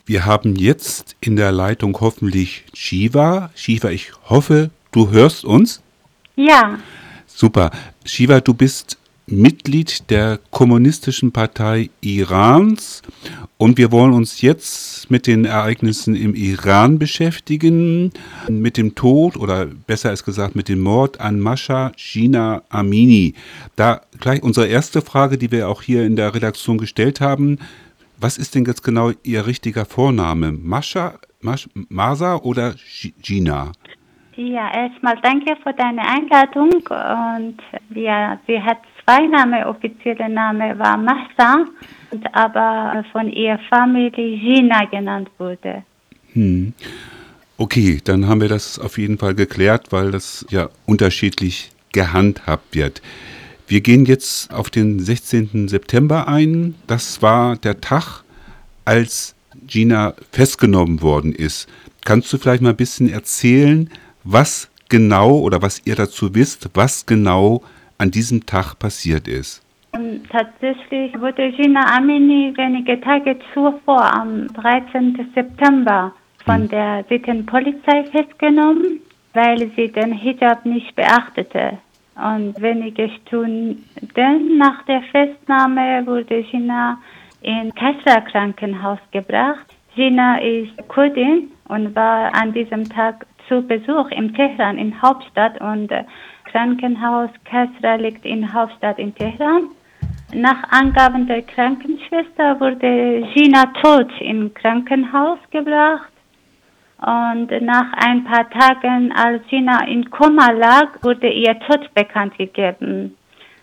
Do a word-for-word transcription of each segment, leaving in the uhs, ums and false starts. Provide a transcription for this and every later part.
Wir haben jetzt in der Leitung hoffentlich Shiva. Shiva, ich hoffe, du hörst uns. Ja. Super. Shiva, du bist Mitglied der Kommunistischen Partei Irans und wir wollen uns jetzt mit den Ereignissen im Iran beschäftigen, mit dem Tod oder besser ist gesagt mit dem Mord an Masha Jina Amini. Da gleich unsere erste Frage, die wir auch hier in der Redaktion gestellt haben. Was ist denn jetzt genau Ihr richtiger Vorname? Masha, Mash, Masa oder Jina? Ja, erstmal danke für deine Einladung und ja, sie hat zwei Namen, offizielle Name war Mahsa, aber von ihrer Familie Jina genannt wurde. Hm. Okay, dann haben wir das auf jeden Fall geklärt, weil das ja unterschiedlich gehandhabt wird. Wir gehen jetzt auf den sechzehnten September ein. Das war der Tag, als Jina festgenommen worden ist. Kannst du vielleicht mal ein bisschen erzählen, was genau oder was ihr dazu wisst, was genau an diesem Tag passiert ist? Und tatsächlich wurde Jina Amini wenige Tage zuvor, am dreizehnten September, von hm. der Sittenpolizei festgenommen, weil sie den Hijab nicht beachtete. Und wenige Stunden nach der Festnahme wurde Jina in Kasra Krankenhaus gebracht. Jina ist Kurdin und war an diesem Tag zu Besuch in Teheran, in Hauptstadt, und äh, Krankenhaus Kasra liegt in Hauptstadt in Teheran. Nach Angaben der Krankenschwester wurde Jina tot im Krankenhaus gebracht. Und nach ein paar Tagen, als Jina in Koma lag, wurde ihr Tod bekannt gegeben.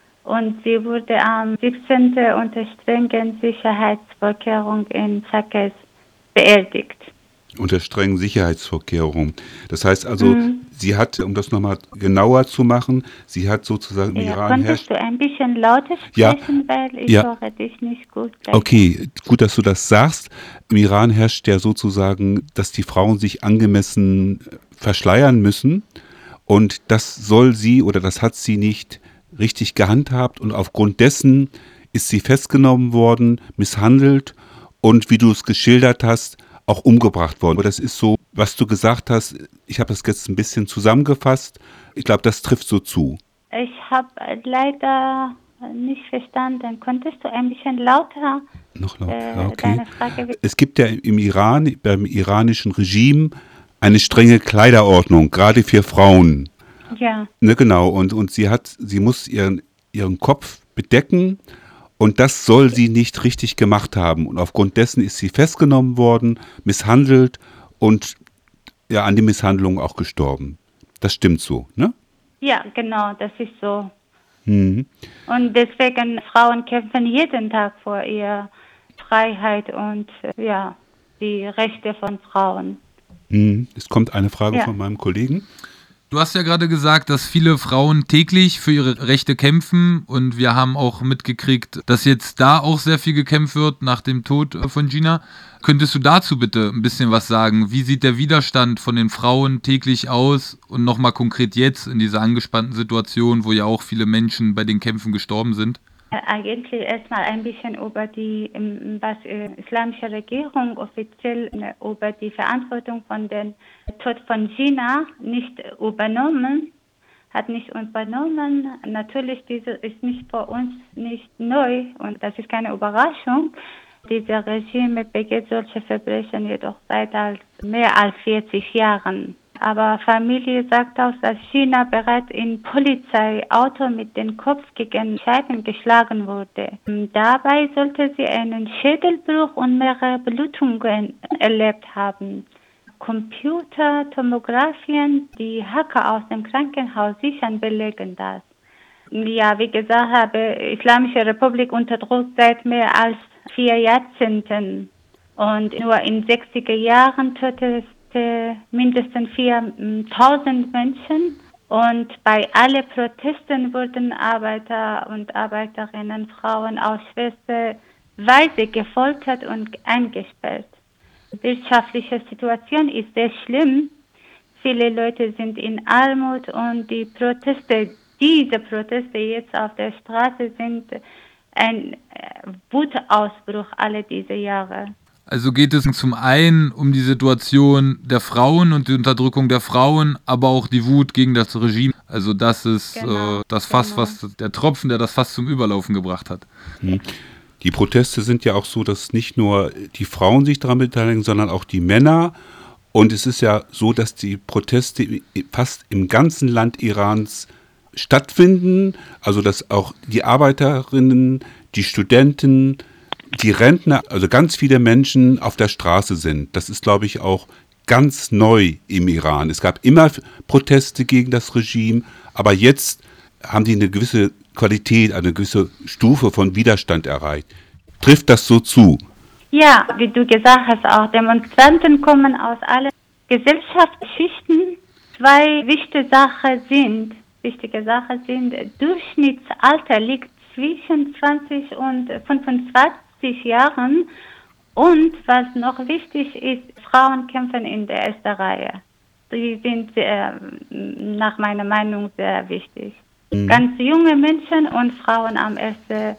Und sie wurde am siebzehnten unter strengen Sicherheitsvorkehrungen in Saqqez beerdigt. Unter strengen Sicherheitsvorkehrungen. Das heißt also, mhm. sie hat, um das nochmal genauer zu machen, sie hat sozusagen im ja, Iran konntest herrscht. du ein bisschen lauter sprechen, ja, weil ich ja. höre dich nicht gut. Okay, gut, dass du das sagst. Im Iran herrscht ja sozusagen, dass die Frauen sich angemessen verschleiern müssen. Und das soll sie oder das hat sie nicht richtig gehandhabt. Und aufgrund dessen ist sie festgenommen worden, misshandelt und, wie du es geschildert hast, auch umgebracht worden. Aber das ist so, was du gesagt hast, ich habe das jetzt ein bisschen zusammengefasst. Ich glaube, das trifft so zu. Ich habe leider nicht verstanden. Konntest du ein bisschen lauter Noch lauter, äh, okay. deine Frage? Es gibt ja im Iran, beim iranischen Regime, eine strenge Kleiderordnung, gerade für Frauen. Ja. Ne, genau, und, und sie hat, sie muss ihren, ihren Kopf bedecken. Und das soll sie nicht richtig gemacht haben. Und aufgrund dessen ist sie festgenommen worden, misshandelt und ja an die Misshandlung auch gestorben. Das stimmt so, ne? Ja, genau, das ist so. Mhm. Und deswegen, Frauen kämpfen jeden Tag vor ihrer Freiheit und ja, die Rechte von Frauen. Mhm. Es kommt eine Frage ja. von meinem Kollegen. Du hast ja gerade gesagt, dass viele Frauen täglich für ihre Rechte kämpfen und wir haben auch mitgekriegt, dass jetzt da auch sehr viel gekämpft wird nach dem Tod von Jina. Könntest du dazu bitte ein bisschen was sagen? Wie sieht der Widerstand von den Frauen täglich aus und nochmal konkret jetzt in dieser angespannten Situation, wo ja auch viele Menschen bei den Kämpfen gestorben sind? Eigentlich erstmal ein bisschen über die was äh, islamische Regierung offiziell äh, über die Verantwortung von dem Tod von Jina nicht übernommen, hat nicht übernommen. Natürlich, diese ist nicht für uns nicht neu und das ist keine Überraschung. Dieses Regime begeht solche Verbrechen jedoch seit als mehr als vierzig Jahren. Aber Familie sagt auch, dass Jina bereits in Polizeiauto mit dem Kopf gegen Scheiben geschlagen wurde. Dabei sollte sie einen Schädelbruch und mehrere Blutungen erlebt haben. Computertomographien, die Hacker aus dem Krankenhaus sichern, belegen das. Ja, wie gesagt habe, Islamische Republik unterdrückt seit mehr als vier Jahrzehnten. Und nur in sechziger Jahren tötete mindestens viertausend Menschen und bei allen Protesten wurden Arbeiter und Arbeiterinnen, Frauen aus schwerster Weise gefoltert und eingesperrt. Die wirtschaftliche Situation ist sehr schlimm. Viele Leute sind in Armut und die Proteste, diese Proteste jetzt auf der Straße sind ein Wutausbruch alle diese Jahre. Also geht es zum einen um die Situation der Frauen und die Unterdrückung der Frauen, aber auch die Wut gegen das Regime. Also das ist Genau, äh, das Fass, genau. was der Tropfen, der das Fass zum Überlaufen gebracht hat. Die Proteste sind ja auch so, dass nicht nur die Frauen sich daran beteiligen, sondern auch die Männer. Und es ist ja so, dass die Proteste fast im ganzen Land Irans stattfinden. Also dass auch die Arbeiterinnen, die Studenten, die Rentner, also ganz viele Menschen auf der Straße sind. Das ist, glaube ich, auch ganz neu im Iran. Es gab immer Proteste gegen das Regime, aber jetzt haben die eine gewisse Qualität, eine gewisse Stufe von Widerstand erreicht. Trifft das so zu? Ja, wie du gesagt hast, auch Demonstranten kommen aus allen Gesellschaftsschichten. Zwei wichtige Sachen sind, wichtige Sachen sind, Durchschnittsalter liegt zwischen zwanzig und fünfundzwanzig Jahren und was noch wichtig ist, Frauen kämpfen in der ersten Reihe. Die sind äh, nach meiner Meinung sehr wichtig. Mhm. Ganz junge Menschen und Frauen am ersten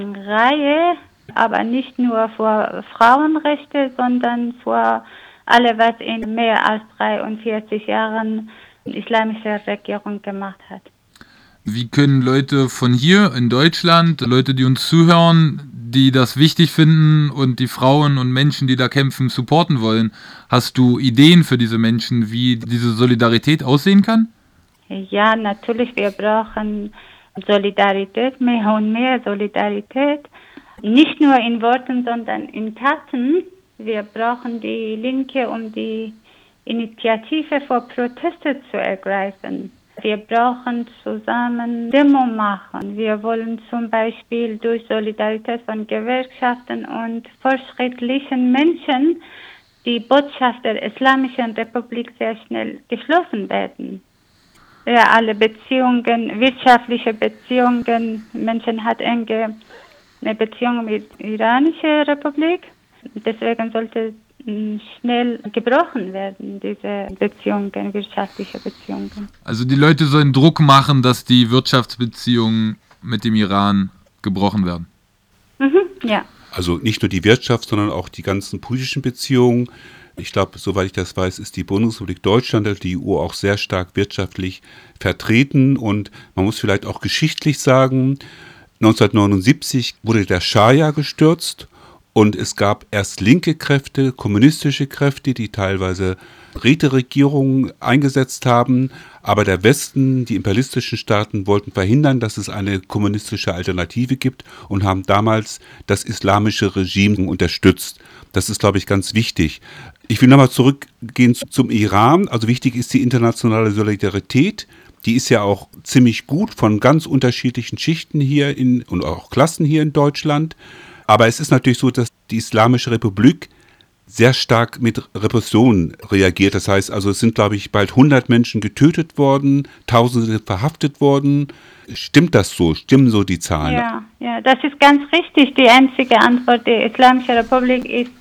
Reihe, aber nicht nur für Frauenrechte, sondern für alle, was in mehr als dreiundvierzig Jahren islamische Regierung gemacht hat. Wie können Leute von hier in Deutschland, Leute, die uns zuhören, die das wichtig finden und die Frauen und Menschen, die da kämpfen, supporten wollen, hast du Ideen für diese Menschen, wie diese Solidarität aussehen kann? Ja, natürlich, wir brauchen Solidarität, mehr und mehr Solidarität. Nicht nur in Worten, sondern in Taten. Wir brauchen die Linke, um die Initiative für Proteste zu ergreifen. Wir brauchen zusammen Demo machen. Wir wollen zum Beispiel durch Solidarität von Gewerkschaften und fortschrittlichen Menschen die Botschaft der Islamischen Republik sehr schnell geschlossen werden. Ja, alle Beziehungen, wirtschaftliche Beziehungen, Menschen hat enge eine Beziehung mit der Iranischen Republik. Deswegen sollte schnell gebrochen werden, diese Beziehungen, wirtschaftliche Beziehungen. Also die Leute sollen Druck machen, dass die Wirtschaftsbeziehungen mit dem Iran gebrochen werden. Mhm, ja. Also nicht nur die Wirtschaft, sondern auch die ganzen politischen Beziehungen. Ich glaube, soweit ich das weiß, ist die Bundesrepublik Deutschland, also die E U, auch sehr stark wirtschaftlich vertreten. Und man muss vielleicht auch geschichtlich sagen, neunzehnhundertneunundsiebzig wurde der Schah ja gestürzt. Und es gab erst linke Kräfte, kommunistische Kräfte, die teilweise Räteregierungen eingesetzt haben. Aber der Westen, die imperialistischen Staaten, wollten verhindern, dass es eine kommunistische Alternative gibt und haben damals das islamische Regime unterstützt. Das ist, glaube ich, ganz wichtig. Ich will nochmal zurückgehen zum Iran. Also wichtig ist die internationale Solidarität. Die ist ja auch ziemlich gut von ganz unterschiedlichen Schichten hier in, und auch Klassen hier in Deutschland. Aber es ist natürlich so, dass die Islamische Republik sehr stark mit Repressionen reagiert. Das heißt, also es sind, glaube ich, bald hundert Menschen getötet worden, Tausende verhaftet worden. Stimmt das so? Stimmen so die Zahlen? Ja, ja, das ist ganz richtig. Die einzige Antwort der Islamischen Republik ist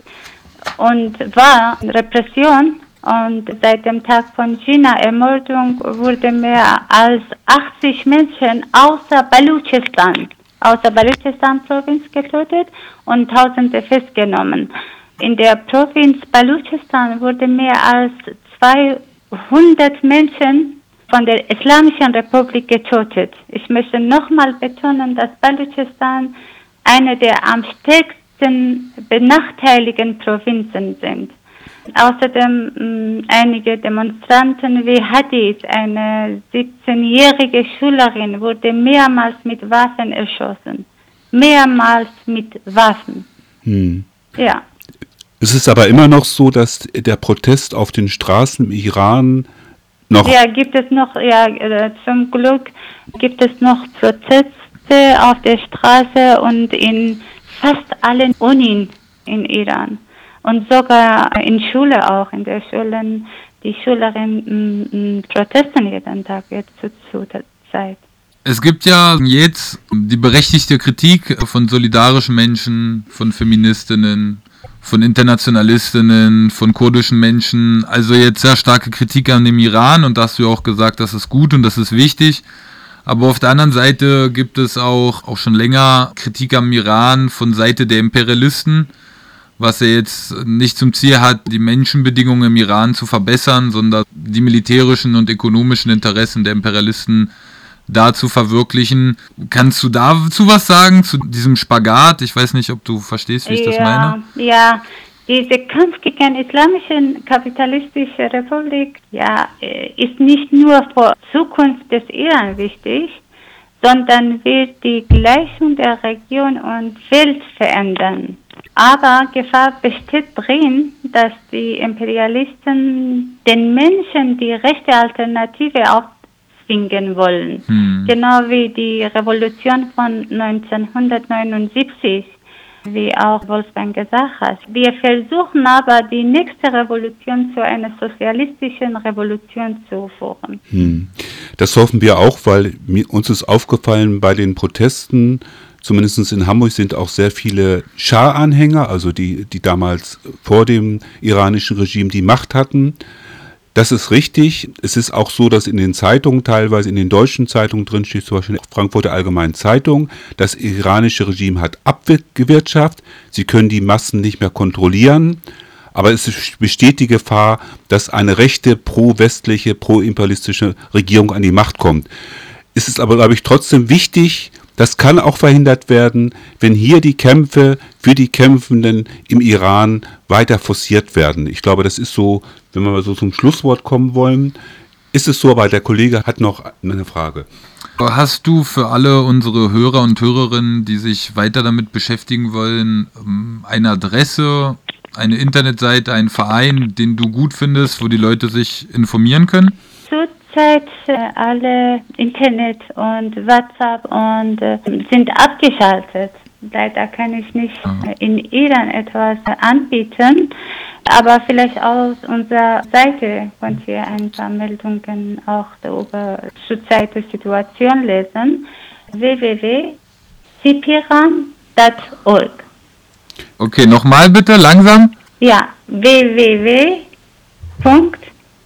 und war Repression. Und seit dem Tag von Jinnah-Ermordung wurde mehr als achtzig Menschen außer Balutschistan außer Balutschistan-Provinz getötet und Tausende festgenommen. In der Provinz Balutschistan wurde mehr als zweihundert Menschen von der Islamischen Republik getötet. Ich möchte nochmal betonen, dass Balutschistan eine der am stärksten benachteiligten Provinzen sind. Außerdem mh, einige Demonstranten wie Hadis, eine siebzehnjährige Schülerin, wurde mehrmals mit Waffen erschossen. Mehrmals mit Waffen. Hm. Ja. Es ist aber immer noch so, dass der Protest auf den Straßen im Iran noch... Ja, gibt es noch, ja, äh, zum Glück gibt es noch Proteste auf der Straße und in fast allen Unis in Iran. Und sogar in Schule auch, in der Schulen, die Schülerinnen protesten jeden Tag jetzt zur Zeit. Es gibt ja jetzt die berechtigte Kritik von solidarischen Menschen, von Feministinnen, von Internationalistinnen, von kurdischen Menschen. Also jetzt sehr starke Kritik an dem Iran und da hast du ja auch gesagt, das ist gut und das ist wichtig. Aber auf der anderen Seite gibt es auch, auch schon länger Kritik am Iran von Seite der Imperialisten, was er jetzt nicht zum Ziel hat, die Menschenbedingungen im Iran zu verbessern, sondern die militärischen und ökonomischen Interessen der Imperialisten da zu verwirklichen. Kannst du dazu was sagen, zu diesem Spagat? Ich weiß nicht, ob du verstehst, wie ich ja, das meine. Ja, dieser Kampf gegen die Islamische Kapitalistische Republik ja, ist nicht nur für die Zukunft des Iran wichtig, sondern wird die Gleichung der Region und Welt verändern. Aber Gefahr besteht darin, dass die Imperialisten den Menschen die rechte Alternative aufzwingen wollen. Hm. Genau wie die Revolution von neunzehnhundertneunundsiebzig, wie auch Wolfgang gesagt hat. Wir versuchen aber, die nächste Revolution zu einer sozialistischen Revolution zu führen. Hm. Das hoffen wir auch, weil uns ist aufgefallen bei den Protesten, zumindest in Hamburg sind auch sehr viele Schah-Anhänger, also die, die damals vor dem iranischen Regime die Macht hatten. Das ist richtig. Es ist auch so, dass in den Zeitungen, teilweise in den deutschen Zeitungen drin steht, zum Beispiel in der Frankfurter Allgemeinen Zeitung, das iranische Regime hat abgewirtschaftet. Sie können die Massen nicht mehr kontrollieren. Aber es besteht die Gefahr, dass eine rechte, pro-westliche, pro-imperialistische Regierung an die Macht kommt. Es ist aber, glaube ich, trotzdem wichtig, das kann auch verhindert werden, wenn hier die Kämpfe für die Kämpfenden im Iran weiter forciert werden. Ich glaube, das ist so, wenn wir mal so zum Schlusswort kommen wollen, ist es so, aber der Kollege hat noch eine Frage. Hast du für alle unsere Hörer und Hörerinnen, die sich weiter damit beschäftigen wollen, eine Adresse, eine Internetseite, einen Verein, den du gut findest, wo die Leute sich informieren können? Zurzeit äh, alle Internet und WhatsApp und äh, sind abgeschaltet. Leider kann ich nicht äh, in Iran etwas äh, anbieten, aber vielleicht aus unserer Seite könnt ihr ein paar Meldungen auch über zurzeit die Situation lesen. w w w punkt sipiran punkt org. Okay, nochmal bitte, langsam. Ja, w w w punkt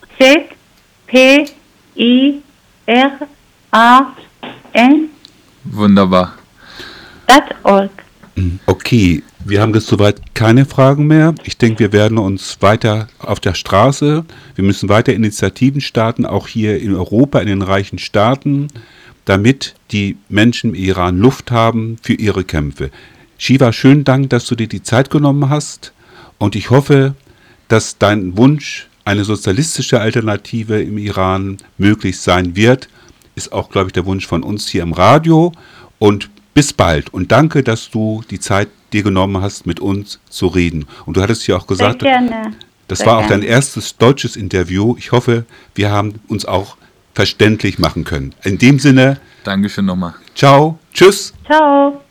sipiran I R A N Wunderbar. .org. Okay, wir haben jetzt soweit keine Fragen mehr. Ich denke, wir werden uns weiter auf der Straße, wir müssen weiter Initiativen starten, auch hier in Europa, in den reichen Staaten, damit die Menschen im Iran Luft haben für ihre Kämpfe. Shiva, schönen Dank, dass du dir die Zeit genommen hast und ich hoffe, dass dein Wunsch, eine sozialistische Alternative im Iran möglich sein wird, ist auch, glaube ich, der Wunsch von uns hier im Radio. Und bis bald. Und danke, dass du die Zeit dir genommen hast, mit uns zu reden. Und du hattest ja auch gesagt, Sehr gerne. das Sehr war auch gerne. dein erstes deutsches Interview. Ich hoffe, wir haben uns auch verständlich machen können. In dem Sinne, Dankeschön nochmal. ciao, tschüss. Ciao.